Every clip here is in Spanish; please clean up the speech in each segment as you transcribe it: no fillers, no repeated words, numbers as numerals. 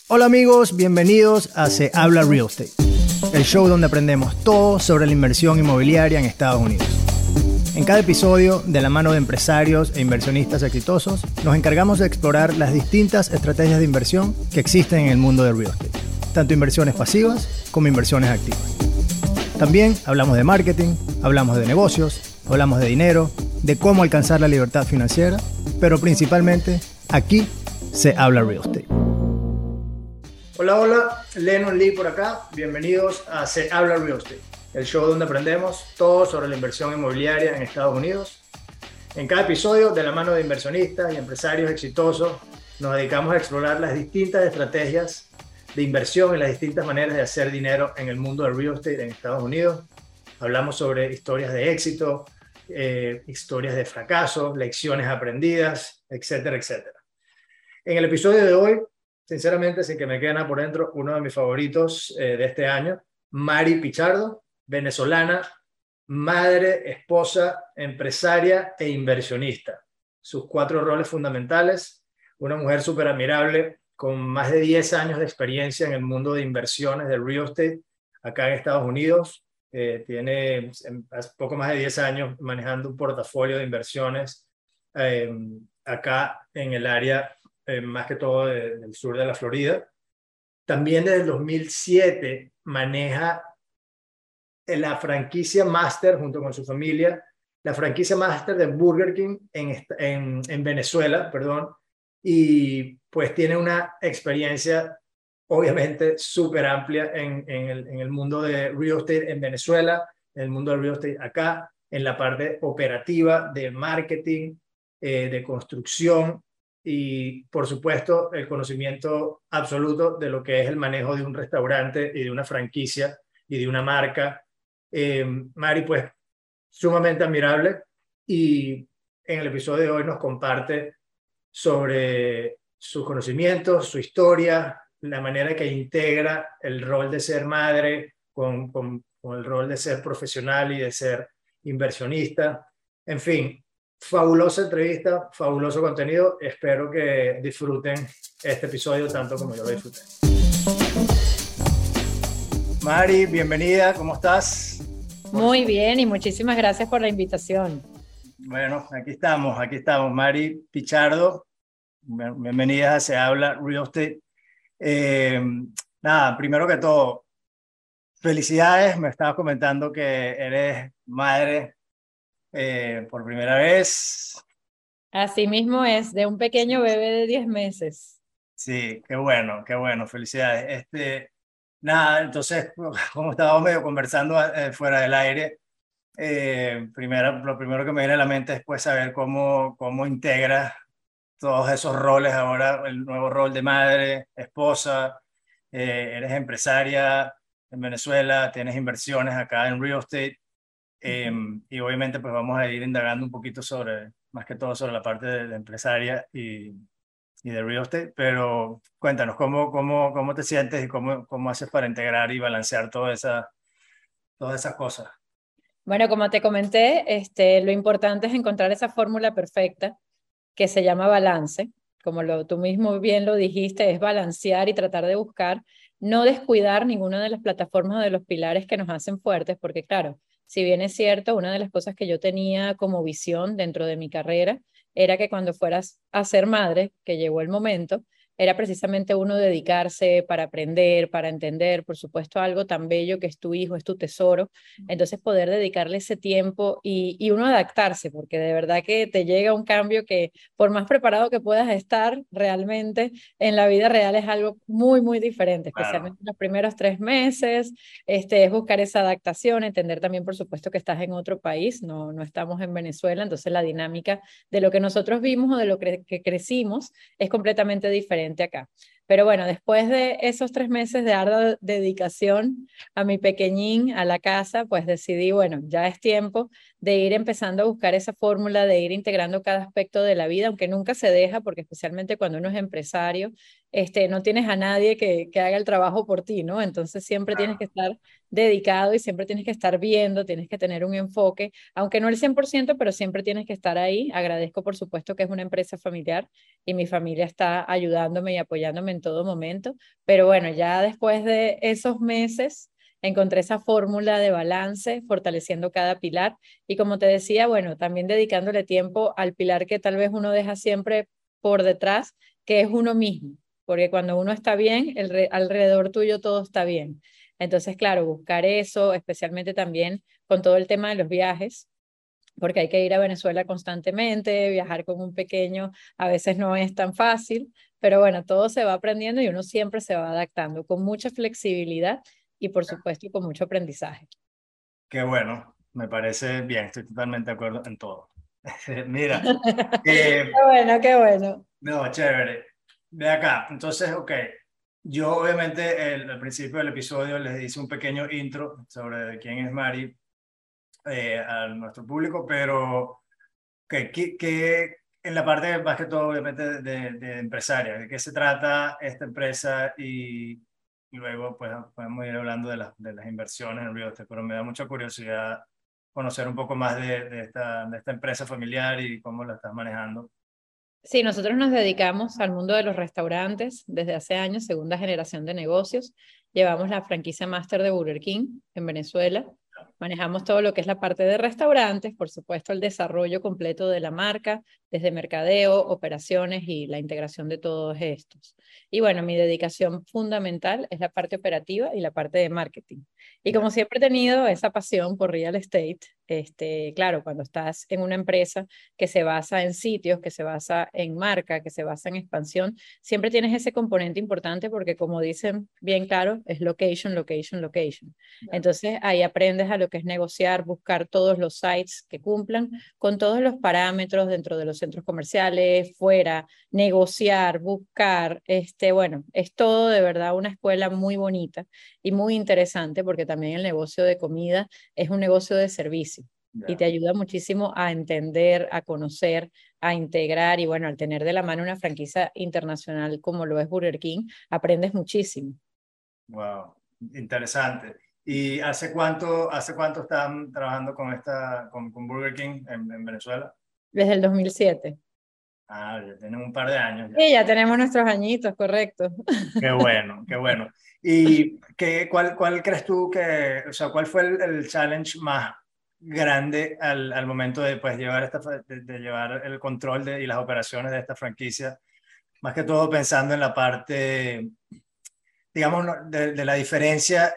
Hola amigos, bienvenidos a Se Habla Real Estate, el show donde aprendemos todo sobre la inversión inmobiliaria en Estados Unidos. En cada episodio, de la mano de empresarios e inversionistas exitosos, nos encargamos de explorar las distintas estrategias de inversión que existen en el mundo del real estate, tanto inversiones pasivas como inversiones activas. También hablamos de marketing, hablamos de negocios, hablamos de dinero, de cómo alcanzar la libertad financiera, pero principalmente aquí se habla real estate. Hola, Lennon Lee por acá. Bienvenidos a Se Habla Real Estate, el show donde aprendemos todo sobre la inversión inmobiliaria en Estados Unidos. En cada episodio, de la mano de inversionistas y empresarios exitosos, nos dedicamos a explorar las distintas estrategias de inversión y las distintas maneras de hacer dinero en el mundo del real estate en Estados Unidos. Hablamos sobre historias de éxito, historias de fracaso, lecciones aprendidas, etcétera, etcétera. En el episodio de hoy, sinceramente, sin que me quede nada por dentro, uno de mis favoritos de este año, Mari Pichardo, venezolana, madre, esposa, empresaria e inversionista. Sus 4 roles fundamentales: una mujer súper admirable, con más de 10 años de experiencia en el mundo de inversiones del real estate acá en Estados Unidos. Tiene poco más de 10 años manejando un portafolio de inversiones acá en el área más que todo del sur de la Florida. También desde el 2007 maneja la franquicia Master junto con su familia, la franquicia Master de Burger King en Venezuela, perdón, y pues tiene una experiencia obviamente súper amplia en el mundo de real estate en Venezuela, en el mundo del real estate acá, en la parte operativa de marketing, de construcción, y por supuesto el conocimiento absoluto de lo que es el manejo de un restaurante y de una franquicia y de una marca. Mari, pues sumamente admirable, y en el episodio de hoy nos comparte sobre sus conocimientos, su historia, la manera que integra el rol de ser madre con el rol de ser profesional y de ser inversionista. En fin, fabulosa entrevista, fabuloso contenido. Espero que disfruten este episodio tanto como yo lo disfruté. Mari, bienvenida, ¿cómo estás? Muy bien y muchísimas gracias por la invitación. Bueno, aquí estamos, Mari Pichardo. Bienvenida a Se Habla Real Estate. Nada, primero que todo, felicidades. Me estabas comentando que eres madre por primera vez. Así mismo es, de un pequeño bebé de 10 meses. Sí, qué bueno, felicidades. Nada, entonces, como estábamos medio conversando fuera del aire, lo primero que me viene a la mente es pues saber cómo integras todos esos roles ahora, el nuevo rol de madre, esposa, eres empresaria en Venezuela, tienes inversiones acá en real estate, y obviamente pues vamos a ir indagando un poquito más que todo sobre la parte de empresaria y de real estate, pero cuéntanos cómo te sientes y cómo haces para integrar y balancear todas esas cosas. Bueno, como te comenté, lo importante es encontrar esa fórmula perfecta que se llama balance. Como tú mismo bien lo dijiste, es balancear y tratar de buscar, no descuidar ninguna de las plataformas o de los pilares que nos hacen fuertes, porque claro, si bien es cierto, una de las cosas que yo tenía como visión dentro de mi carrera era que cuando fueras a ser madre, que llegó el momento, era precisamente uno dedicarse para aprender, para entender, por supuesto, algo tan bello que es tu hijo, es tu tesoro. Entonces poder dedicarle ese tiempo y uno adaptarse, porque de verdad que te llega un cambio que por más preparado que puedas estar, realmente en la vida real es algo muy, muy diferente, Claro. especialmente en los primeros 3 meses. Es buscar esa adaptación, entender también, por supuesto, que estás en otro país, no estamos en Venezuela, entonces la dinámica de lo que nosotros vimos o de lo que crecimos es completamente diferente acá. Pero bueno, después de esos 3 meses de ardua dedicación a mi pequeñín, a la casa, pues decidí, bueno, ya es tiempo de ir empezando a buscar esa fórmula, de ir integrando cada aspecto de la vida, aunque nunca se deja, porque especialmente cuando uno es empresario, no tienes a nadie que haga el trabajo por ti, ¿no? Entonces siempre tienes que Claro. estar dedicado y siempre tienes que estar viendo, tienes que tener un enfoque, aunque no el 100%, pero siempre tienes que estar ahí. Agradezco, por supuesto, que es una empresa familiar y mi familia está ayudándome y apoyándome en todo momento, pero bueno, ya después de esos meses encontré esa fórmula de balance, fortaleciendo cada pilar y como te decía, bueno, también dedicándole tiempo al pilar que tal vez uno deja siempre por detrás, que es uno mismo, porque cuando uno está bien, alrededor tuyo todo está bien. Entonces, claro, buscar eso, especialmente también con todo el tema de los viajes, porque hay que ir a Venezuela constantemente, viajar con un pequeño a veces no es tan fácil, pero bueno, todo se va aprendiendo y uno siempre se va adaptando con mucha flexibilidad y por supuesto con mucho aprendizaje. Qué bueno, me parece bien, estoy totalmente de acuerdo en todo. Mira, Qué bueno, qué bueno. no, chévere. Ve acá, entonces, ok, yo obviamente al principio del episodio les hice un pequeño intro sobre quién es Mari a nuestro público, pero que en la parte más que todo obviamente de empresaria, de qué se trata esta empresa y luego pues podemos ir hablando de las inversiones en real estate, pero me da mucha curiosidad conocer un poco más de esta empresa familiar y cómo la estás manejando. Sí, nosotros nos dedicamos al mundo de los restaurantes desde hace años, segunda generación de negocios. Llevamos la franquicia máster de Burger King en Venezuela. Manejamos todo lo que es la parte de restaurantes, por supuesto, el desarrollo completo de la marca, desde mercadeo, operaciones y la integración de todos estos. Y bueno, mi dedicación fundamental es la parte operativa y la parte de marketing. Y como siempre he tenido esa pasión por real estate, claro, cuando estás en una empresa que se basa en sitios, que se basa en marca, que se basa en expansión, siempre tienes ese componente importante porque como dicen bien claro, es location, location, location. Entonces ahí aprendes a lo que es negociar, buscar todos los sites que cumplan con todos los parámetros dentro de los centros comerciales, fuera, negociar, buscar, bueno, es todo de verdad una escuela muy bonita y muy interesante porque también el negocio de comida es un negocio de servicio y te Ya. ayuda muchísimo a entender, a conocer, a integrar y bueno, al tener de la mano una franquicia internacional como lo es Burger King, aprendes muchísimo. Wow, interesante. ¿Y hace cuánto están trabajando con con Burger King en Venezuela? Desde el 2007. Ah, ya tienen un par de años ya. Sí, ya tenemos nuestros añitos, correcto. Qué bueno, qué bueno. ¿Y cuál crees tú o sea, cuál fue el challenge más grande al momento de pues, llevar, de llevar el control y las operaciones de esta franquicia? Más que todo pensando en la parte digamos, ¿no? De la diferencia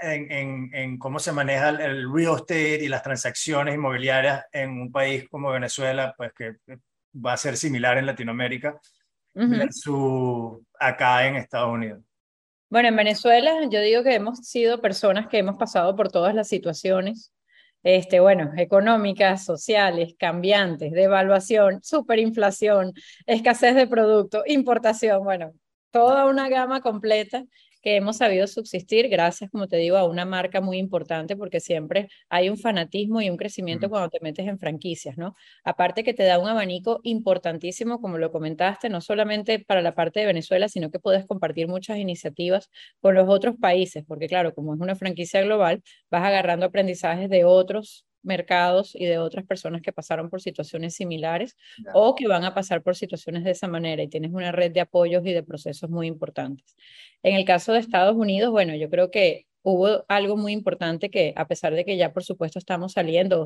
en cómo se maneja el real estate y las transacciones inmobiliarias en un país como Venezuela, pues que va a ser similar en Latinoamérica, Ujú. versus acá en Estados Unidos. Bueno, en Venezuela yo digo que hemos sido personas que hemos pasado por todas las situaciones, bueno, económicas, sociales, cambiantes, devaluación, superinflación, escasez de producto, importación, bueno, toda una gama completa que hemos sabido subsistir gracias, como te digo, a una marca muy importante porque siempre hay un fanatismo y un crecimiento Mm, cuando te metes en franquicias, ¿no? Aparte que te da un abanico importantísimo, como lo comentaste, no solamente para la parte de Venezuela, sino que puedes compartir muchas iniciativas con los otros países, porque claro, como es una franquicia global, vas agarrando aprendizajes de otros mercados y de otras personas que pasaron por situaciones similares ya. o que van a pasar por situaciones de esa manera y tienes una red de apoyos y de procesos muy importantes. En el caso de Estados Unidos, bueno, yo creo que hubo algo muy importante que a pesar de que ya por supuesto estamos saliendo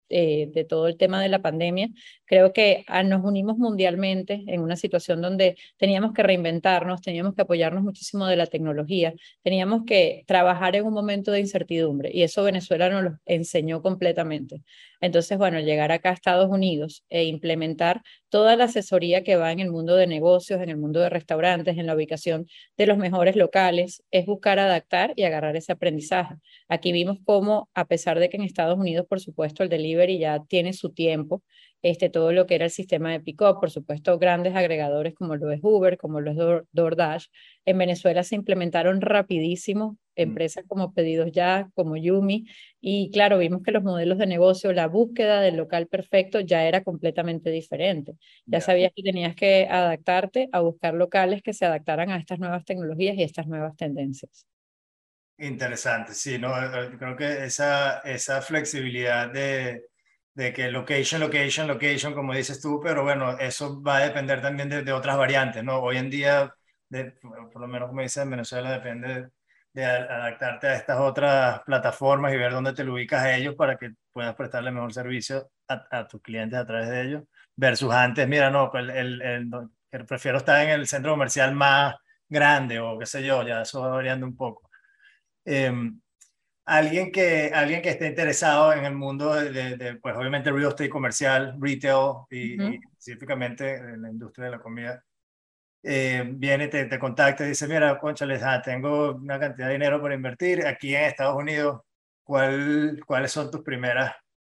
de todo el tema de la pandemia, creo que nos unimos mundialmente en una situación donde teníamos que reinventarnos, teníamos que apoyarnos muchísimo de la tecnología, teníamos que trabajar en un momento de incertidumbre y eso Venezuela nos lo enseñó completamente. Entonces, bueno, llegar acá a Estados Unidos e implementar toda la asesoría que va en el mundo de negocios, en el mundo de restaurantes, en la ubicación de los mejores locales, es buscar adaptar y agarrar ese aprendizaje. Aquí vimos cómo, a pesar de que en Estados Unidos, por supuesto, el delivery ya tiene su tiempo, todo lo que era el sistema de pick-up, por supuesto, grandes agregadores como lo es Uber, como lo es DoorDash, en Venezuela se implementaron rapidísimo empresas como Pedidos Ya, como Yumi, y claro, vimos que los modelos de negocio, la búsqueda del local perfecto ya era completamente diferente. Ya Ya. sabías que tenías que adaptarte a buscar locales que se adaptaran a estas nuevas tecnologías y estas nuevas tendencias. Interesante, sí, no, creo que esa flexibilidad de que location, como dices tú, pero bueno, eso va a depender también de otras variantes, ¿no? Hoy en día, por lo menos como dices, en Venezuela depende de adaptarte a estas otras plataformas y ver dónde te lo ubicas a ellos para que puedas prestarle mejor servicio a tus clientes a través de ellos, versus antes, mira, no, pues prefiero estar en el centro comercial más grande o qué sé yo, ya eso va variando un poco. eh, alguien que esté interesado en el mundo pues obviamente real estate comercial, retail y Ujú. específicamente en la industria de la comida, viene, te contacta y dice, mira, cónchale, tengo una cantidad de dinero para invertir aquí en Estados Unidos, ¿cuáles son tus primeras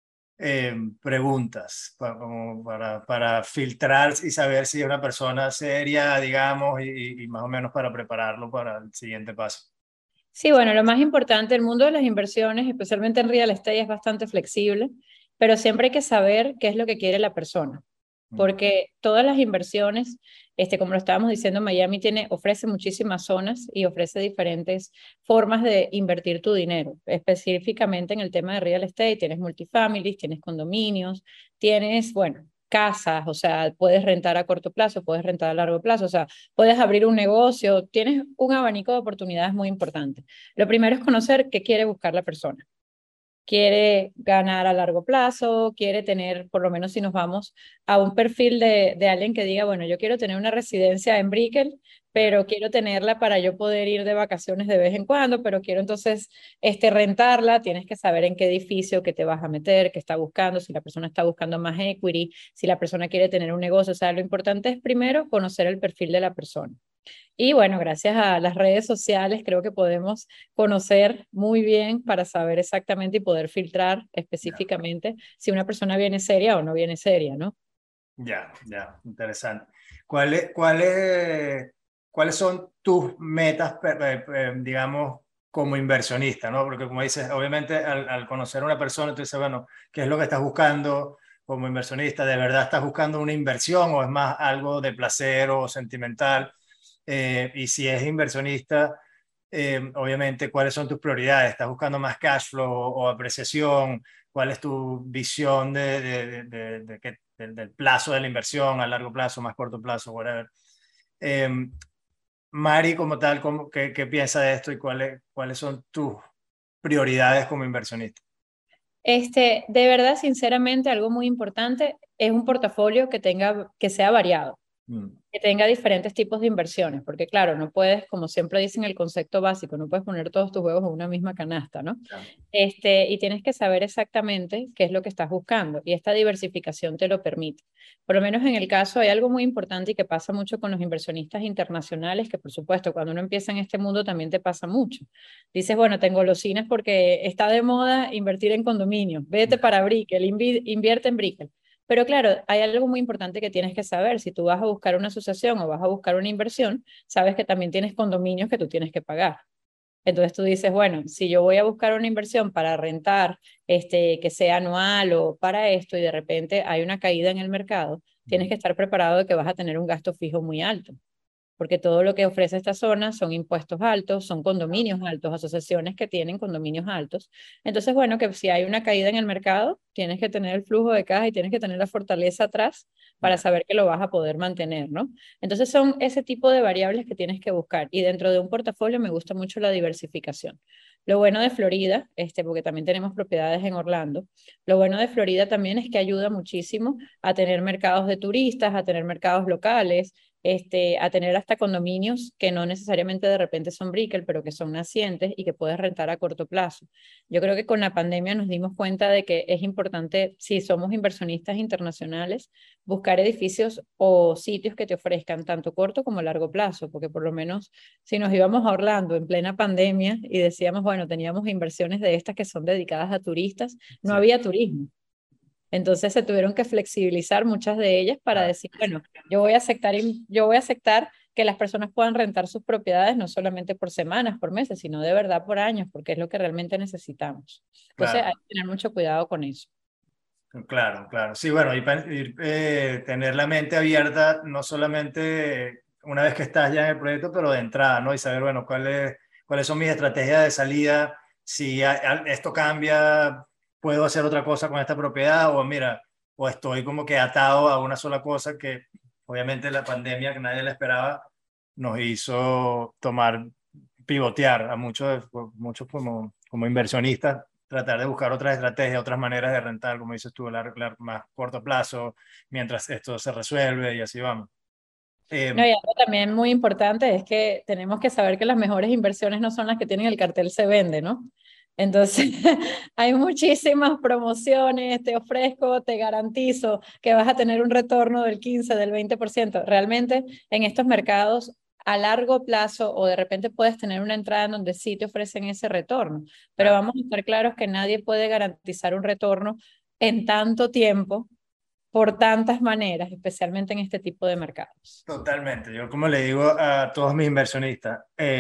preguntas como para filtrar y saber si es una persona seria, digamos, y más o menos para prepararlo para el siguiente paso? Sí, bueno, lo más importante, el mundo de las inversiones, especialmente en real estate, es bastante flexible, pero siempre hay que saber qué es lo que quiere la persona, Mm. porque todas las inversiones, como lo estábamos diciendo, Miami ofrece muchísimas zonas y ofrece diferentes formas de invertir tu dinero. Específicamente en el tema de real estate, tienes multifamilies, tienes condominios, tienes, bueno, casas, o sea, puedes rentar a corto plazo, puedes rentar a largo plazo, o sea, puedes abrir un negocio, tienes un abanico de oportunidades muy importante. Lo primero es conocer qué quiere buscar la persona. Quiere ganar a largo plazo, quiere tener, por lo menos si nos vamos a un perfil de alguien que diga, bueno, yo quiero tener una residencia en Brickell, Ya. pero quiero tenerla para yo poder ir de vacaciones de vez en cuando, pero quiero entonces rentarla, tienes que saber en qué edificio que te vas a meter, qué está buscando, si la persona está buscando más equity, si la persona quiere tener un negocio, o sea, lo importante es primero conocer el perfil de la persona. Y bueno, gracias a las redes sociales creo que podemos conocer muy bien para saber exactamente y poder filtrar Ya. específicamente si una persona viene seria o no viene seria, ¿no? Ya, ya, interesante. ¿Cuáles son tus metas, digamos, como inversionista, ¿no? Porque como dices, obviamente al conocer a una persona, tú dices, bueno, ¿qué es lo que estás buscando como inversionista? ¿De verdad estás buscando una inversión o es más algo de placer o sentimental? Y si es inversionista, obviamente, ¿cuáles son tus prioridades? ¿Estás buscando más cash flow o apreciación? ¿Cuál es tu visión del plazo de la inversión, a largo plazo, más corto plazo, whatever? Eh, Mari, como tal, qué piensa de esto y cuáles son tus prioridades como inversionista? De verdad, sinceramente, algo muy importante es un portafolio que sea variado, Mm. que tenga diferentes tipos de inversiones, porque claro, no puedes, como siempre dicen el concepto básico, no puedes poner todos tus huevos en una misma canasta, ¿no? Ya. Y tienes que saber exactamente qué es lo que estás buscando y esta diversificación te lo permite. Por lo menos en el caso hay algo muy importante y que pasa mucho con los inversionistas internacionales, que por supuesto cuando uno empieza en este mundo también te pasa mucho. Dices, bueno, tengo golosinas porque está de moda invertir en condominios, vete Ya. para Brickell, invierte en Brickell. Pero claro, hay algo muy importante que tienes que saber. Si tú vas a buscar una asociación o vas a buscar una inversión, sabes que también tienes condominios que tú tienes que pagar. Entonces tú dices, bueno, si yo voy a buscar una inversión para rentar, que sea anual o para esto y de repente hay una caída en el mercado, tienes que estar preparado de que vas a tener un gasto fijo muy alto porque todo lo que ofrece esta zona son impuestos altos, son condominios altos, asociaciones que tienen condominios altos. Entonces, bueno, que si hay una caída en el mercado, tienes que tener el flujo de caja y tienes que tener la fortaleza atrás para Ya. saber que lo vas a poder mantener, ¿no? Entonces, son ese tipo de variables que tienes que buscar. Y dentro de un portafolio me gusta mucho la diversificación. Lo bueno de Florida, porque también tenemos propiedades en Orlando, lo bueno de Florida también es que ayuda muchísimo a tener mercados de turistas, a tener mercados locales, a tener hasta condominios que no necesariamente de repente son Brickell, pero que son nacientes y que puedes rentar a corto plazo. Yo creo que con la pandemia nos dimos cuenta de que es importante, si somos inversionistas internacionales, buscar edificios o sitios que te ofrezcan tanto corto como largo plazo, porque por lo menos si nos íbamos a Orlando en plena pandemia y decíamos, bueno, teníamos inversiones de estas que son dedicadas a turistas, no Sí. había turismo. Entonces se tuvieron que flexibilizar muchas de ellas para Claro. decir, bueno, yo voy a aceptar que las personas puedan rentar sus propiedades no solamente por semanas, por meses, sino de verdad por años, porque es lo que realmente necesitamos. Entonces Claro, hay que tener mucho cuidado con eso. claro, claro. Sí, bueno, tener la mente abierta, no solamente una vez que estás ya en el proyecto, pero de entrada, ¿no? Y saber, bueno, cuáles son mis estrategias de salida, si esto cambia, puedo hacer otra cosa con esta propiedad, o mira, o estoy como que atado a una sola cosa que obviamente la pandemia que nadie la esperaba nos hizo pivotear a muchos como inversionistas, tratar de buscar otras estrategias, otras maneras de rentar, como dices tú, más corto plazo, mientras esto se resuelve y así vamos. No, Eh, y algo también muy importante es que tenemos que saber que las mejores inversiones no son las que tienen el cartel se vende, ¿no? Entonces, hay muchísimas promociones, te ofrezco, te garantizo que vas a tener un retorno del 15, del 20%. Realmente, en estos mercados a largo plazo o de repente puedes tener una entrada en donde sí te ofrecen ese retorno, pero claro, vamos a estar claros que nadie puede garantizar un retorno en tanto tiempo por tantas maneras, especialmente en este tipo de mercados. totalmente. Yo como le digo a todos mis inversionistas,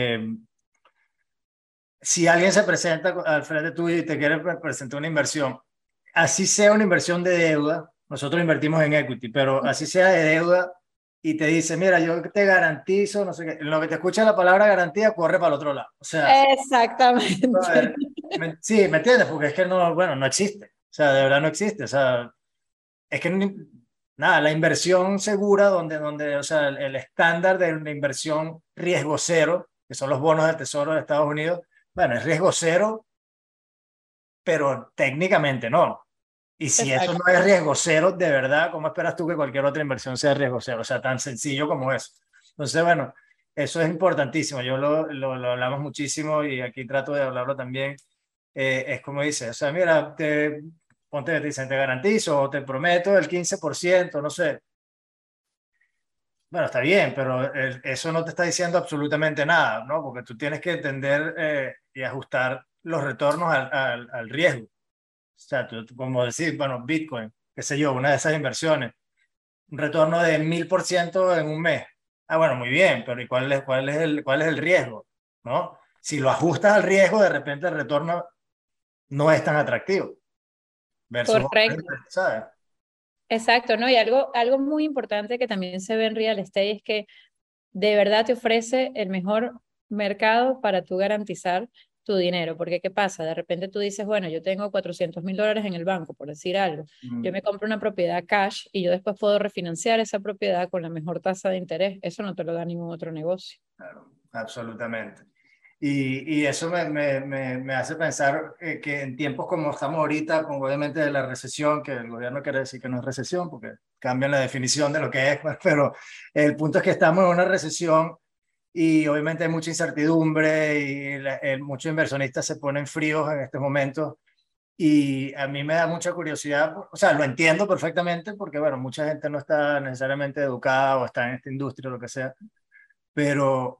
si alguien se presenta al frente tuyo y te quiere presentar una inversión, así sea una inversión de deuda, nosotros invertimos en equity, pero así sea de deuda y te dice, mira, yo te garantizo, no sé qué, en lo que te escucha la palabra garantía, corre para el otro lado. O sea, a Exactamente. ver, sí, ¿me entiendes? Porque es que no, bueno, no existe. O sea, de verdad no existe. O sea, es que nada, la inversión segura, o sea, el estándar de una inversión riesgo cero, que son los bonos del Tesoro de Estados Unidos, bueno, es riesgo cero, pero técnicamente no. Y si eso no Exacto. es riesgo cero, de verdad, ¿cómo esperas tú que cualquier otra inversión sea riesgo cero? O sea, tan sencillo como eso. Entonces, bueno, eso es importantísimo. Lo hablamos muchísimo y aquí trato de hablarlo también. Es como dice, o sea, mira, te dicen, te garantizo o te prometo el 15%, no sé. Bueno, está bien, pero eso no te está diciendo absolutamente nada, ¿no? Porque tú tienes que entender y ajustar los retornos al riesgo. O sea, como decir, bueno, Bitcoin, qué sé yo, una de esas inversiones, un retorno de 1000% en un mes. Ah, bueno, muy bien, pero ¿y cuál es el riesgo? ¿No? Si lo ajustas al riesgo, de repente el retorno no es tan atractivo versus, Correcto. ¿sabes? Exacto, ¿no? Y algo muy importante que también se ve en real estate es que de verdad te ofrece el mejor mercado para tú garantizar tu dinero. Porque ¿qué pasa? De repente tú dices, bueno, yo tengo $400,000 en el banco, por decir algo. Yo Mm, me compro una propiedad cash y yo después puedo refinanciar esa propiedad con la mejor tasa de interés. Eso no te lo da ningún otro negocio. claro, absolutamente. Y eso me hace pensar que en tiempos como estamos ahorita, con obviamente de la recesión, que el gobierno quiere decir que no es recesión, porque cambian la definición de lo que es, pues, pero el punto es que estamos en una recesión y obviamente hay mucha incertidumbre y muchos inversionistas se ponen fríos en estos momentos. Y a mí me da mucha curiosidad, o sea, lo entiendo perfectamente porque, bueno, mucha gente no está necesariamente educada o está en esta industria o lo que sea, pero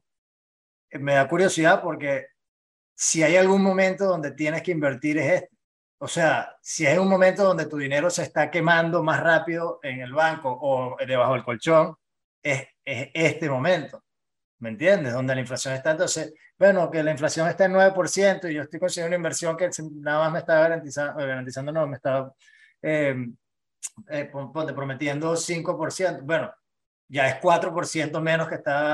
me da curiosidad porque si hay algún momento donde tienes que invertir es este. O sea, si hay un momento donde tu dinero se está quemando más rápido en el banco o debajo del colchón, es este momento. ¿Me entiendes? Donde la inflación está. Entonces, bueno, que la inflación está en 9% y yo estoy consiguiendo una inversión que nada más me está garantizando no, me está eh, ponte, prometiendo 5%. Bueno, ya es 4% menos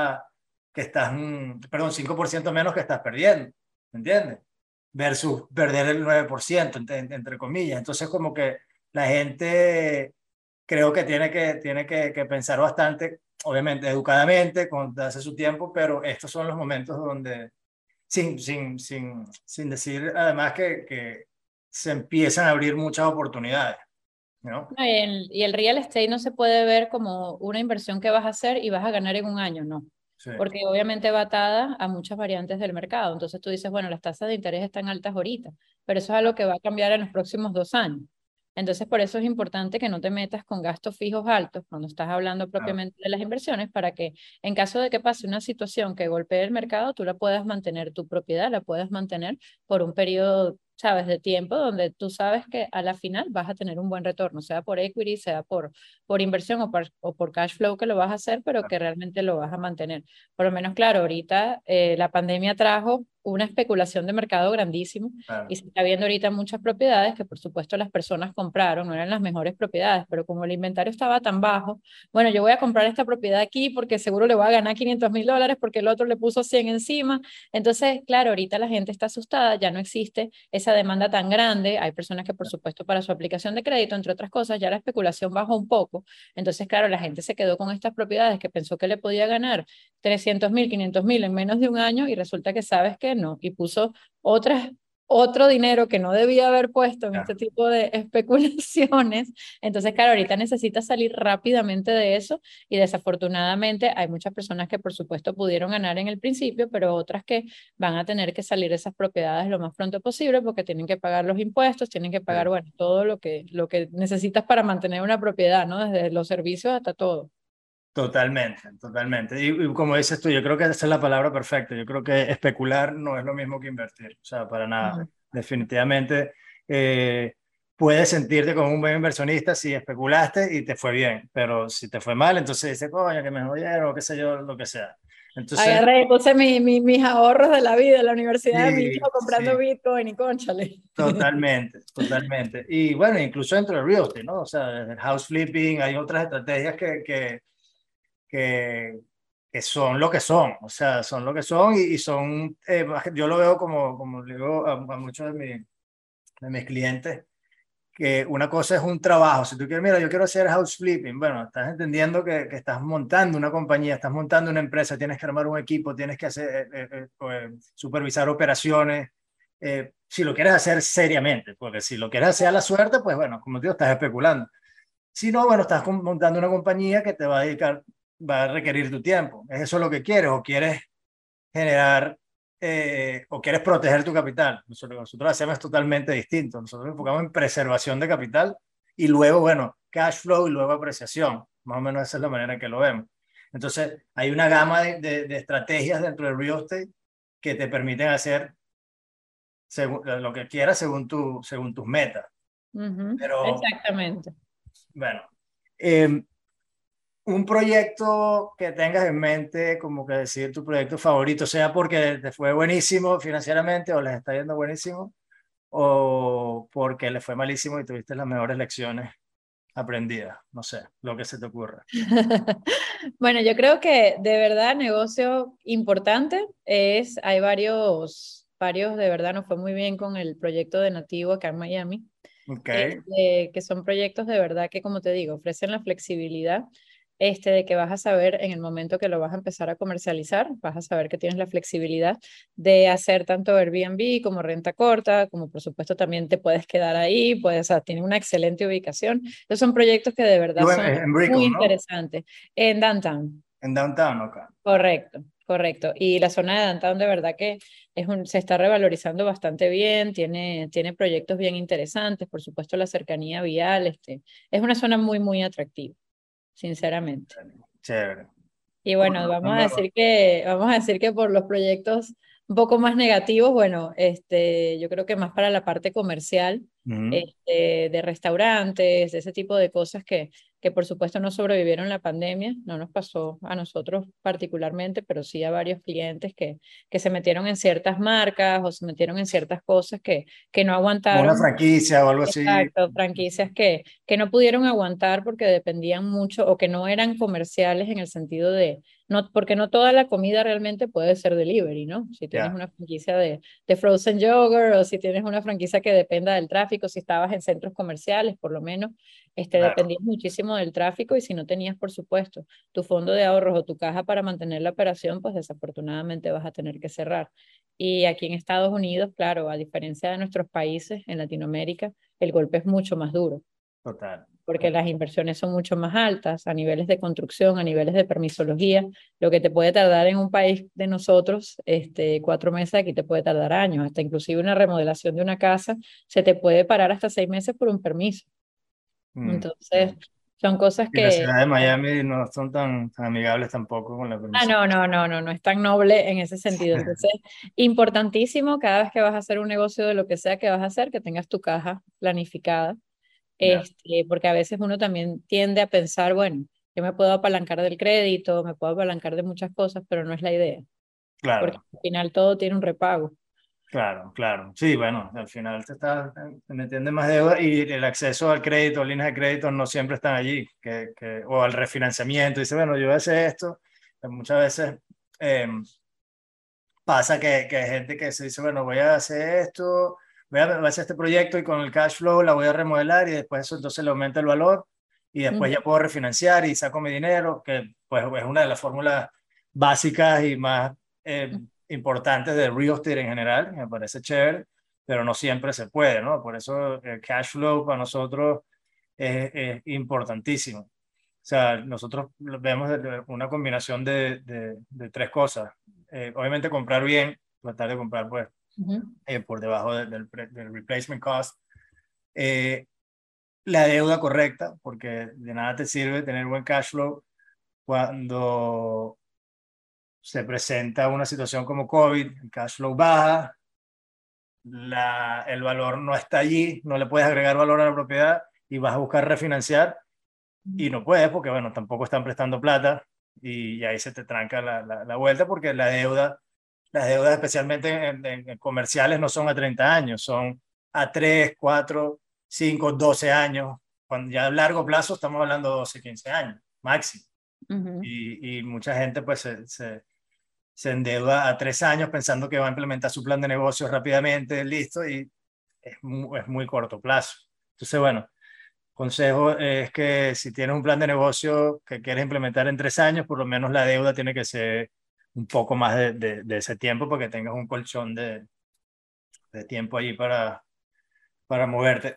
perdón, 5% menos que estás perdiendo, ¿me entiendes? Versus perder el 9%, entre comillas. Entonces, como que la gente creo que tiene que pensar bastante, obviamente, educadamente, con darse su tiempo, pero estos son los momentos donde, sin decir además que se empiezan a abrir muchas oportunidades, ¿no? No, y el real estate no se puede ver como una inversión que vas a hacer y vas a ganar en un año, no. Sí, Porque obviamente va atada a muchas variantes del mercado. Entonces tú dices, bueno, las tasas de interés están altas ahorita, pero eso es algo que va a cambiar en los próximos 2 años. Entonces por eso es importante que no te metas con gastos fijos altos cuando estás hablando claro, propiamente de las inversiones para que en caso de que pase una situación que golpee el mercado, tú la puedas mantener, tu propiedad la puedas mantener por un periodo ¿sabes? De tiempo donde tú sabes que a la final vas a tener un buen retorno, sea por equity, sea por inversión o por cash flow que lo vas a hacer, pero que realmente lo vas a mantener. Por lo menos, claro, ahorita la pandemia trajo una especulación de mercado grandísimo y Claro. se está viendo ahorita muchas propiedades que por supuesto las personas compraron, no eran las mejores propiedades, pero como el inventario estaba tan bajo, bueno, yo voy a comprar esta propiedad aquí porque seguro le voy a ganar $500,000 porque el otro le puso 100 encima. Entonces, claro, ahorita la gente está asustada, ya no existe esa demanda tan grande. Hay personas que por supuesto para su aplicación de crédito, entre otras cosas, ya la especulación bajó un poco. Entonces, claro, la gente se quedó con estas propiedades que pensó que le podía ganar 300,000, 500,000 en menos de un año y resulta que sabes que no. Y puso otras, otro dinero que no debía haber puesto en este Claro. tipo de especulaciones. Entonces, claro, ahorita necesita salir rápidamente de eso y desafortunadamente hay muchas personas que por supuesto pudieron ganar en el principio, pero otras que van a tener que salir de esas propiedades lo más pronto posible porque tienen que pagar los impuestos, tienen que Sí. pagar, bueno, todo lo que necesitas para mantener una propiedad, ¿no? Desde los servicios hasta todo. Totalmente, totalmente. Y como dices tú, yo creo que esa es la palabra perfecta. Yo creo que especular no es lo mismo que invertir, o sea, para nada. Mm. Definitivamente puedes sentirte como un buen inversionista si especulaste y te fue bien, pero si te fue mal, entonces dices, coño, que me jodieron, o qué sé yo, lo que sea. Entonces, Agarré y puse mis ahorros de la vida, la universidad de mi sí, hijo comprando sí, Bitcoin y cónchale. totalmente, totalmente. Y bueno, incluso dentro del real estate, ¿no? O sea, el house flipping, hay otras estrategias que, que son lo que son, o sea, son lo que son y son, yo lo veo como le digo a muchos de mis clientes, que una cosa es un trabajo, si tú quieres, mira, yo quiero hacer house flipping, bueno, estás entendiendo que estás montando una compañía, estás montando una empresa, tienes que armar un equipo, tienes que hacer, supervisar operaciones, si lo quieres hacer seriamente, porque si lo quieres hacer a la suerte, pues bueno, como te digo, estás especulando. Si no, bueno, estás montando una compañía que te va a dedicar, va a requerir tu tiempo. ¿Es eso lo que quieres o quieres generar o quieres proteger tu capital? Nosotros hacemos es totalmente distinto. Nosotros nos enfocamos en preservación de capital y luego, bueno, cash flow y luego apreciación. Más o menos esa es la manera en que lo vemos. Entonces, hay una gama de estrategias dentro del real estate que te permiten hacer lo que quieras según tus metas. Ujú, Pero, exactamente. bueno, eh, un proyecto que tengas en mente, como que decir tu proyecto favorito, sea porque te fue buenísimo financieramente o les está yendo buenísimo, o porque le fue malísimo y tuviste las mejores lecciones aprendidas, no sé, lo que se te ocurra. Bueno, yo creo que de verdad negocio importante hay varios de verdad nos fue muy bien con el proyecto de Nativo acá en Miami, Ok, que son proyectos de verdad que, como te digo, ofrecen la flexibilidad de que vas a saber en el momento que lo vas a empezar a comercializar, vas a saber que tienes la flexibilidad de hacer tanto Airbnb como renta corta, como por supuesto también te puedes quedar ahí, o sea, tiene una excelente ubicación. Entonces son proyectos que de verdad yo son en muy Brickell, ¿no? interesantes. En Downtown, En Downtown, ok. correcto, correcto. Y la zona de Downtown de verdad que se está revalorizando bastante bien, tiene proyectos bien interesantes, por supuesto la cercanía vial, es una zona muy, muy atractiva, sinceramente. Chévere. Y Cool, bueno, no me- vamos a decir que por los proyectos un poco más negativos, bueno, yo creo que más para la parte comercial, Ujú. de restaurantes, de ese tipo de cosas que por supuesto no sobrevivieron la pandemia, no nos pasó a nosotros particularmente, pero sí a varios clientes que se metieron en ciertas marcas o se metieron en ciertas cosas que no Como una aguantaron. franquicia o algo así. Exacto, franquicias que no pudieron aguantar porque dependían mucho o que no eran comerciales en el sentido de, no, porque no toda la comida realmente puede ser delivery, ¿no? Si tienes Ya, una franquicia de frozen yogurt o si tienes una franquicia que dependa del tráfico, si estabas en centros comerciales, por lo menos, claro. dependías muchísimo del tráfico y si no tenías, por supuesto, tu fondo de ahorros o tu caja para mantener la operación, pues desafortunadamente vas a tener que cerrar. Y aquí en Estados Unidos, claro, a diferencia de nuestros países en Latinoamérica, el golpe es mucho más duro, Total. porque las inversiones son mucho más altas a niveles de construcción, a niveles de permisología. Lo que te puede tardar en un país de nosotros, 4 meses, aquí te puede tardar años. Hasta inclusive una remodelación de una casa se te puede parar hasta 6 meses por un permiso. Mm, Entonces, ok. Son cosas Y la que... ciudad de Miami no son tan amigables tampoco con la Ah, permisología. no, no, no, no, no es tan noble en ese sentido. Entonces, importantísimo cada vez que vas a hacer un negocio de lo que sea que vas a hacer, que tengas tu caja planificada, Ya, porque a veces uno también tiende a pensar, bueno, yo me puedo apalancar del crédito, me puedo apalancar de muchas cosas, pero no es la idea, porque claro. al final todo tiene un repago. Claro, claro. Sí, bueno, al final te estás metiendo en más deuda y el acceso al crédito, líneas de crédito no siempre están allí, o al refinanciamiento. Dice, bueno, yo voy a hacer esto. Muchas veces eh, pasa que hay gente que se dice, bueno, voy a hacer esto, voy a hacer este proyecto y con el cash flow la voy a remodelar y después eso entonces le aumenta el valor y después Ujú, ya puedo refinanciar y saco mi dinero, que pues es una de las fórmulas básicas y más importantes de real estate en general, me parece chévere, pero no siempre se puede, ¿no? Por eso el cash flow para nosotros es importantísimo. O sea, nosotros vemos una combinación de tres cosas. Obviamente comprar bien, tratar de comprar pues ujú. por debajo del replacement cost. Eh, la deuda correcta, porque de nada te sirve tener buen cash flow cuando se presenta una situación como COVID, el cash flow baja, el valor no está allí, no le puedes agregar valor a la propiedad y vas a buscar refinanciar y no puedes porque, bueno, tampoco están prestando plata y ahí se te tranca la vuelta porque las deudas especialmente en comerciales no son a 30 años, son a 3 4 5 12 años. Cuando ya a largo plazo estamos hablando de 12 15 años máximo. Ujú, Y mucha gente pues se endeuda a 3 años pensando que va a implementar su plan de negocios rápidamente, listo, y es muy corto plazo. Entonces, bueno, consejo es que si tienes un plan de negocio que quieres implementar en 3 años, por lo menos la deuda tiene que ser un poco más de ese tiempo para que tengas un colchón de tiempo allí para moverte.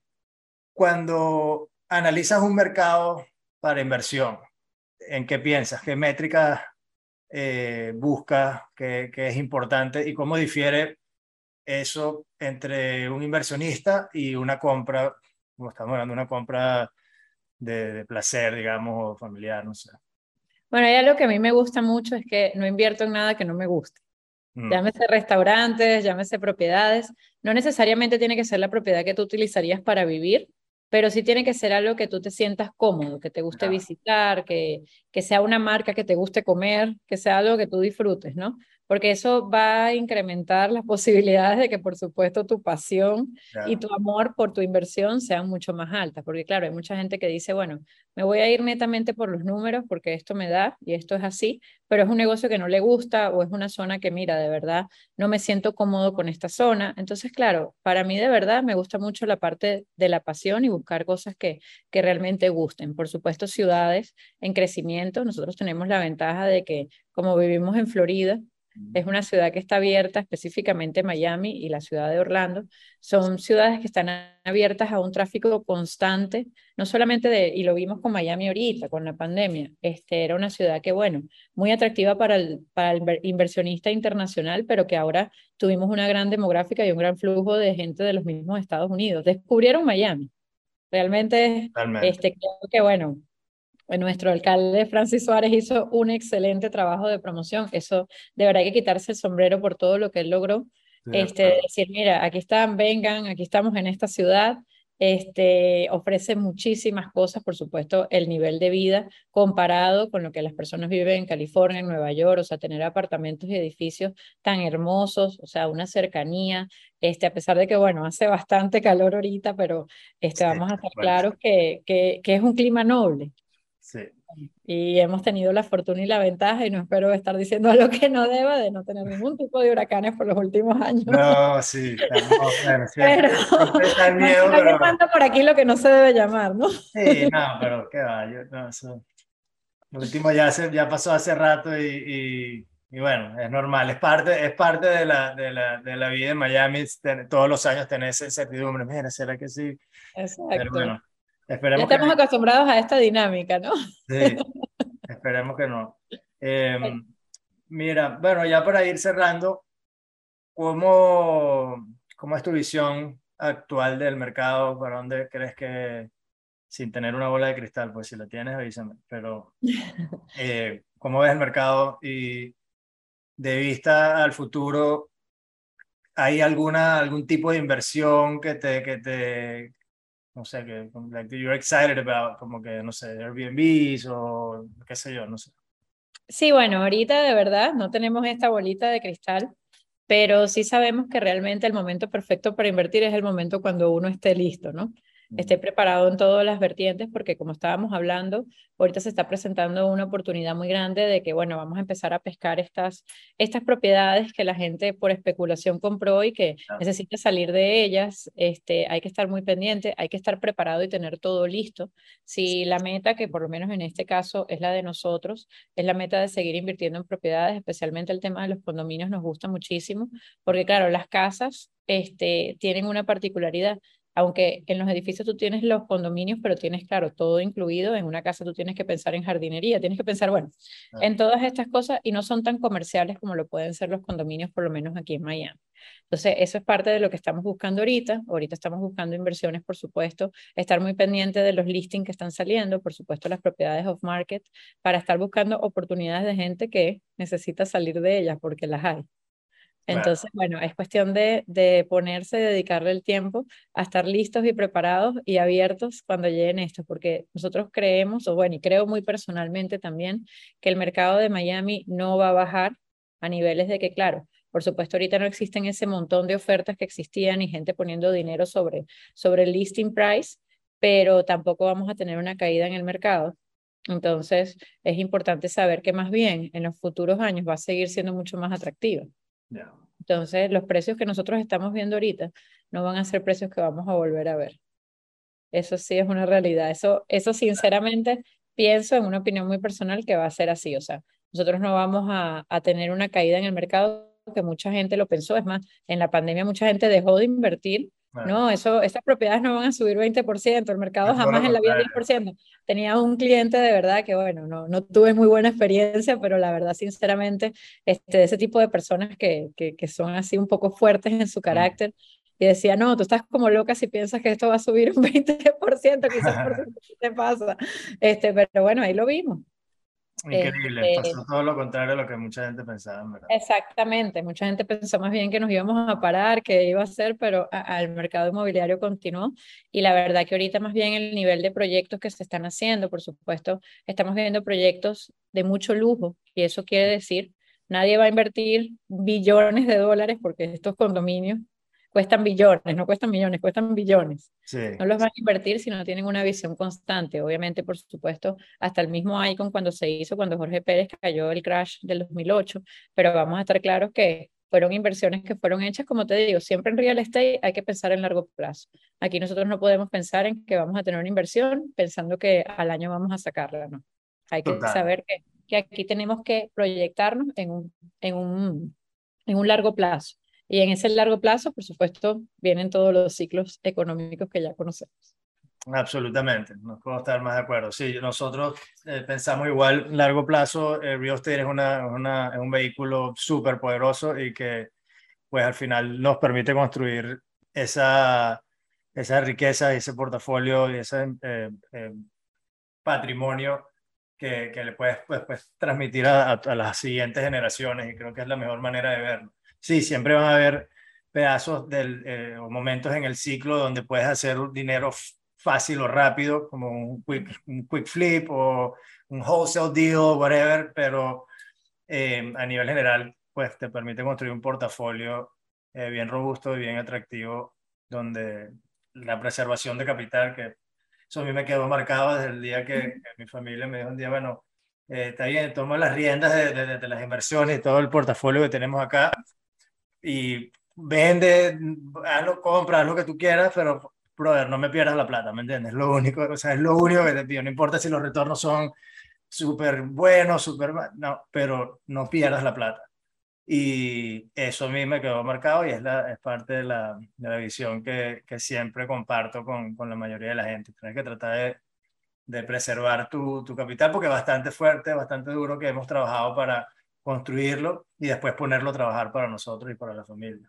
Cuando analizas un mercado para inversión, ¿en qué piensas? ¿Qué métricas buscas? ¿Qué es importante? ¿Y cómo difiere eso entre un inversionista y una compra, como estamos hablando, una compra de placer, digamos, o familiar, no sé? Bueno, ya lo que a mí me gusta mucho es que no invierto en nada que no me guste. Mm, Llámese restaurantes, llámese propiedades. No necesariamente tiene que ser la propiedad que tú utilizarías para vivir, pero sí tiene que ser algo que tú te sientas cómodo, que te guste ya, visitar, que sea una marca que te guste comer, que sea algo que tú disfrutes, ¿no? Porque eso va a incrementar las posibilidades de que, por supuesto, tu pasión y ya, tu amor por tu inversión sean mucho más altas. Porque, claro, hay mucha gente que dice, bueno, me voy a ir netamente por los números porque esto me da y esto es así, pero es un negocio que no le gusta o es una zona que, mira, de verdad no me siento cómodo con esta zona. Entonces, claro, para mí de verdad me gusta mucho la parte de la pasión y buscar cosas que realmente gusten. Por supuesto, ciudades en crecimiento. Nosotros tenemos la ventaja de que como vivimos en Florida, es una ciudad que está abierta, específicamente Miami y la ciudad de Orlando. Son ciudades que están abiertas a un tráfico constante, no solamente y lo vimos con Miami ahorita, con la pandemia. Era una ciudad que, bueno, muy atractiva para el inversionista internacional, pero que ahora tuvimos una gran demográfica y un gran flujo de gente de los mismos Estados Unidos. Descubrieron Miami. Realmente, totalmente. creo que, bueno, nuestro alcalde Francis Suárez hizo un excelente trabajo de promoción. Eso de verdad hay que quitarse el sombrero por todo lo que él logró. Estoy de acuerdo. Decir, mira, aquí están, vengan, aquí estamos en esta ciudad. Ofrece muchísimas cosas, por supuesto, el nivel de vida comparado con lo que las personas viven en California, en Nueva York, o sea, tener apartamentos y edificios tan hermosos, o sea, una cercanía, a pesar de que, bueno, hace bastante calor ahorita, pero Sí, vamos a estar bueno, claros que es un clima noble. sí. Y hemos tenido la fortuna y la ventaja, y no espero estar diciendo algo que no deba, de no tener ningún tipo de huracanes por los últimos años. No, sí, estamos, bueno, Pero siempre está el miedo, está pero llamando por aquí lo que no se debe llamar, ¿no? sí, no, pero qué va, no, eso, lo último ya pasó hace rato y bueno, es normal, es parte de la vida en Miami, todos los años tener esa incertidumbre, mira, ¿será que sí? Pero Exacto. bueno, Ya esperemos que estamos acostumbrados a esta dinámica, ¿no? sí, esperemos que no. Eh, mira, bueno, ya para ir cerrando, ¿cómo es tu visión actual del mercado? ¿Para dónde crees que sin tener una bola de cristal, pues si la tienes, avísame. Pero, ¿cómo ves el mercado? Y de vista al futuro, ¿hay algún tipo de inversión no sé, que like, you're excited about, como que, no sé, Airbnbs o qué sé yo, no sé? Sí, bueno, ahorita de verdad no tenemos esta bolita de cristal, pero sí sabemos que realmente el momento perfecto para invertir es el momento cuando uno esté listo, ¿no? Esté preparado en todas las vertientes, porque como estábamos hablando, ahorita se está presentando una oportunidad muy grande de que, bueno, vamos a empezar a pescar estas propiedades que la gente por especulación compró y que Ah, necesita salir de ellas. Hay que estar muy pendiente, hay que estar preparado y tener todo listo. Si la meta, que por lo menos en este caso es la de nosotros, es la meta de seguir invirtiendo en propiedades, especialmente el tema de los condominios nos gusta muchísimo, porque claro, las casas tienen una particularidad. Aunque en los edificios tú tienes los condominios, pero tienes, claro, todo incluido. En una casa tú tienes que pensar en jardinería, tienes que pensar, bueno, ah, en todas estas cosas y no son tan comerciales como lo pueden ser los condominios, por lo menos aquí en Miami. Entonces, eso es parte de lo que estamos buscando ahorita. Ahorita estamos buscando inversiones, por supuesto, estar muy pendiente de los listings que están saliendo, por supuesto, las propiedades off market, para estar buscando oportunidades de gente que necesita salir de ellas, porque las hay. claro, Entonces, bueno, es cuestión de ponerse, dedicarle el tiempo a estar listos y preparados y abiertos cuando lleguen estos, porque nosotros creemos, o bueno, y creo muy personalmente también, que el mercado de Miami no va a bajar a niveles de que, claro, por supuesto, ahorita no existen ese montón de ofertas que existían y gente poniendo dinero sobre el listing price, pero tampoco vamos a tener una caída en el mercado. Entonces, es importante saber que más bien en los futuros años va a seguir siendo mucho más atractiva. ya. Entonces, los precios que nosotros estamos viendo ahorita no van a ser precios que vamos a volver a ver. Eso sí es una realidad. Eso sinceramente pienso en una opinión muy personal que va a ser así. O sea, nosotros no vamos a tener una caída en el mercado que mucha gente lo pensó. Es más, en la pandemia mucha gente dejó de invertir. Bueno, No, estas propiedades no van a subir 20%, el mercado es todo lo jamás en la vida contrario. 10%. Tenía un cliente de verdad que, bueno, no tuve muy buena experiencia, pero la verdad, sinceramente, de ese tipo de personas que son así un poco fuertes en su Mm. carácter, y decía, no, tú estás como loca si piensas que esto va a subir un 20%, quizás por ciento, ¿qué te pasa? Pero bueno, ahí lo vimos. Increíble, Este, pasó todo lo contrario a lo que mucha gente pensaba, en verdad. exactamente, mucha gente pensó más bien que nos íbamos a parar, que iba a ser, pero al mercado inmobiliario continuó. Y la verdad que ahorita más bien el nivel de proyectos que se están haciendo, por supuesto, estamos viendo proyectos de mucho lujo, y eso quiere decir, nadie va a invertir billones de dólares porque estos condominios cuestan billones, no cuestan millones, cuestan billones. Sí, No los van a invertir si no tienen una visión constante. Obviamente, por supuesto, hasta el mismo Icon cuando se hizo, cuando Jorge Pérez cayó el crash del 2008, pero vamos a estar claros que fueron inversiones que fueron hechas, como te digo, siempre en real estate hay que pensar en largo plazo. Aquí nosotros no podemos pensar en que vamos a tener una inversión pensando que al año vamos a sacarla, no. Hay que total. saber que aquí tenemos que proyectarnos en un, en un largo plazo. Y en ese largo plazo, por supuesto, vienen todos los ciclos económicos que ya conocemos. Absolutamente, no puedo estar más de acuerdo. Sí, nosotros pensamos igual, largo plazo, real estate es, es un vehículo súper poderoso y que pues al final nos permite construir esa riqueza, ese portafolio y ese patrimonio que le puedes pues, transmitir a las siguientes generaciones y creo que es la mejor manera de verlo. Sí, siempre van a haber pedazos o momentos en el ciclo donde puedes hacer un dinero fácil o rápido, como un quick flip o un wholesale deal, whatever, pero a nivel general, pues te permite construir un portafolio bien robusto y bien atractivo, donde la preservación de capital, que eso a mí me quedó marcado desde el día que mi familia me dijo un día, bueno, está bien, toma las riendas de las inversiones y todo el portafolio que tenemos acá y vende, compra, haz lo que tú quieras, pero, brother, no me pierdas la plata, ¿me entiendes? Lo único, o sea, es lo único que te pido, no importa si los retornos son súper buenos, súper, no, pero no pierdas la plata. Y eso a mí me quedó marcado y es parte de la visión que siempre comparto con la mayoría de la gente. Tienes que tratar de preservar tu capital porque es bastante fuerte, bastante duro que hemos trabajado para construirlo y después ponerlo a trabajar para nosotros y para la familia.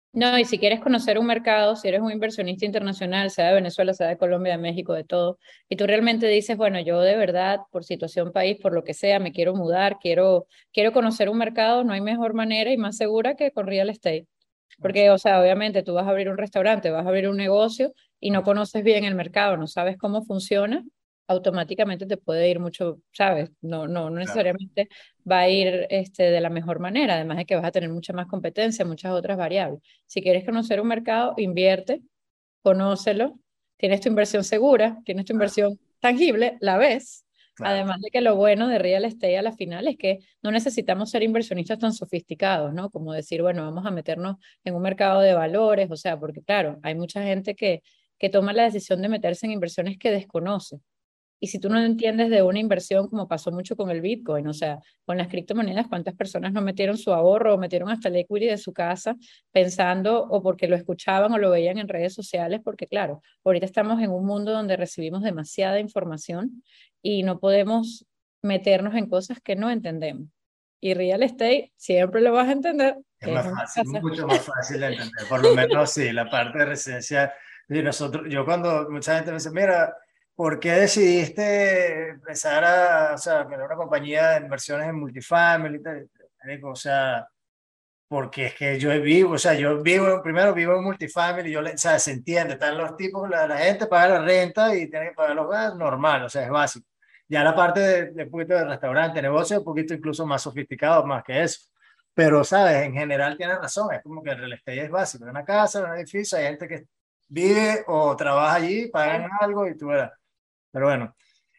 No, y si quieres conocer un mercado, si eres un inversionista internacional, sea de Venezuela, sea de Colombia, de México, de todo, y tú realmente dices, bueno, yo de verdad, por situación país, por lo que sea, me quiero mudar, quiero conocer un mercado, no hay mejor manera y más segura que con real estate. Porque, o sea, obviamente tú vas a abrir un restaurante, vas a abrir un negocio y no conoces bien el mercado, no sabes cómo funciona, automáticamente te puede ir mucho, ¿sabes? No Claro. necesariamente va a ir de la mejor manera, además de que vas a tener mucha más competencia, muchas otras variables. Si quieres conocer un mercado, invierte, conócelo, tienes tu inversión segura, tienes tu Claro, inversión tangible, la ves. claro. Además de que lo bueno de real estate a la final es que no necesitamos ser inversionistas tan sofisticados, ¿no? Como decir, bueno, vamos a meternos en un mercado de valores, o sea, porque claro, hay mucha gente que toma la decisión de meterse en inversiones que desconoce. Y si tú no entiendes de una inversión, como pasó mucho con el Bitcoin, o sea, con las criptomonedas, ¿cuántas personas no metieron su ahorro o metieron hasta el equity de su casa pensando o porque lo escuchaban o lo veían en redes sociales? Porque claro, ahorita estamos en un mundo donde recibimos demasiada información y no podemos meternos en cosas que no entendemos. Y real estate siempre lo vas a entender, Es que es más una fácil, casa. mucho más fácil de entender. Por lo menos sí, la parte de residencia. Y nosotros, yo cuando mucha gente me dice, mira, ¿por qué decidiste empezar a, o sea, tener una compañía de inversiones en multifamily y tal? Digo, o sea, porque es que yo vivo, o sea, yo vivo, primero vivo en multifamily, o sea, se entiende, están los tipos, la gente paga la renta y tiene que pagar los gastos, normal, o sea, es básico. Ya la parte de un poquito de restaurante, negocio, un poquito incluso más sofisticado, más que eso. Pero, ¿sabes? En general tienes razón, es como que el real estate es básico, en una casa, en un edificio, hay gente que vive o trabaja allí, pagan algo y tú verás. Pero bueno,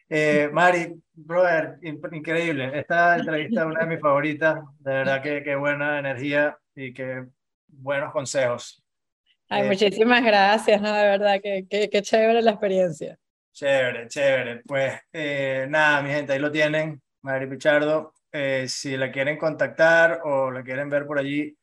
Mari, brother, increíble. Esta entrevista es una de mis favoritas. De verdad que qué buena energía y qué buenos consejos. Ay, Eh, muchísimas gracias, ¿no? De verdad, que chévere la experiencia. chévere, chévere. Pues nada, mi gente, ahí lo tienen. Mari Pichardo. Si la quieren contactar o la quieren ver por allí,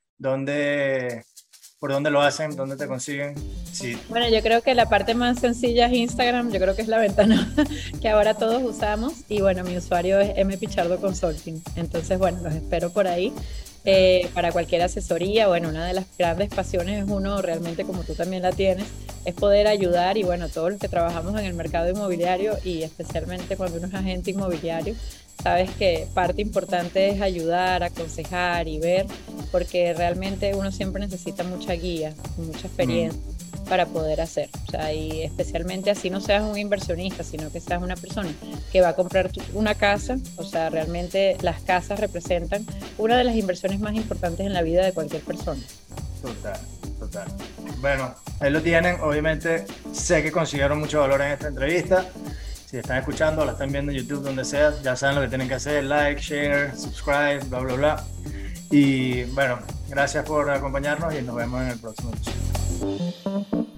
¿por dónde lo hacen? ¿Dónde te consiguen? Sí, Bueno, yo creo que la parte más sencilla es Instagram, yo creo que es la ventana que ahora todos usamos y bueno, mi usuario es mpichardo consulting. Entonces, bueno, los espero por ahí para cualquier asesoría. Bueno, una de las grandes pasiones es uno realmente como tú también la tienes, es poder ayudar y bueno, todos los que trabajamos en el mercado inmobiliario y especialmente cuando uno es agente inmobiliario, sabes que parte importante es ayudar, aconsejar y ver, porque realmente uno siempre necesita mucha guía, mucha mm, experiencia para poder hacer. O sea, y especialmente así no seas un inversionista, sino que seas una persona que va a comprar una casa. O sea, realmente las casas representan una de las inversiones más importantes en la vida de cualquier persona. total, total. Bueno, ahí lo tienen. Obviamente sé que consiguieron mucho valor en esta entrevista. Si están escuchando o la están viendo en YouTube, donde sea, ya saben lo que tienen que hacer: like, share, subscribe, bla, bla, bla. Y bueno, gracias por acompañarnos y nos vemos en el próximo episodio.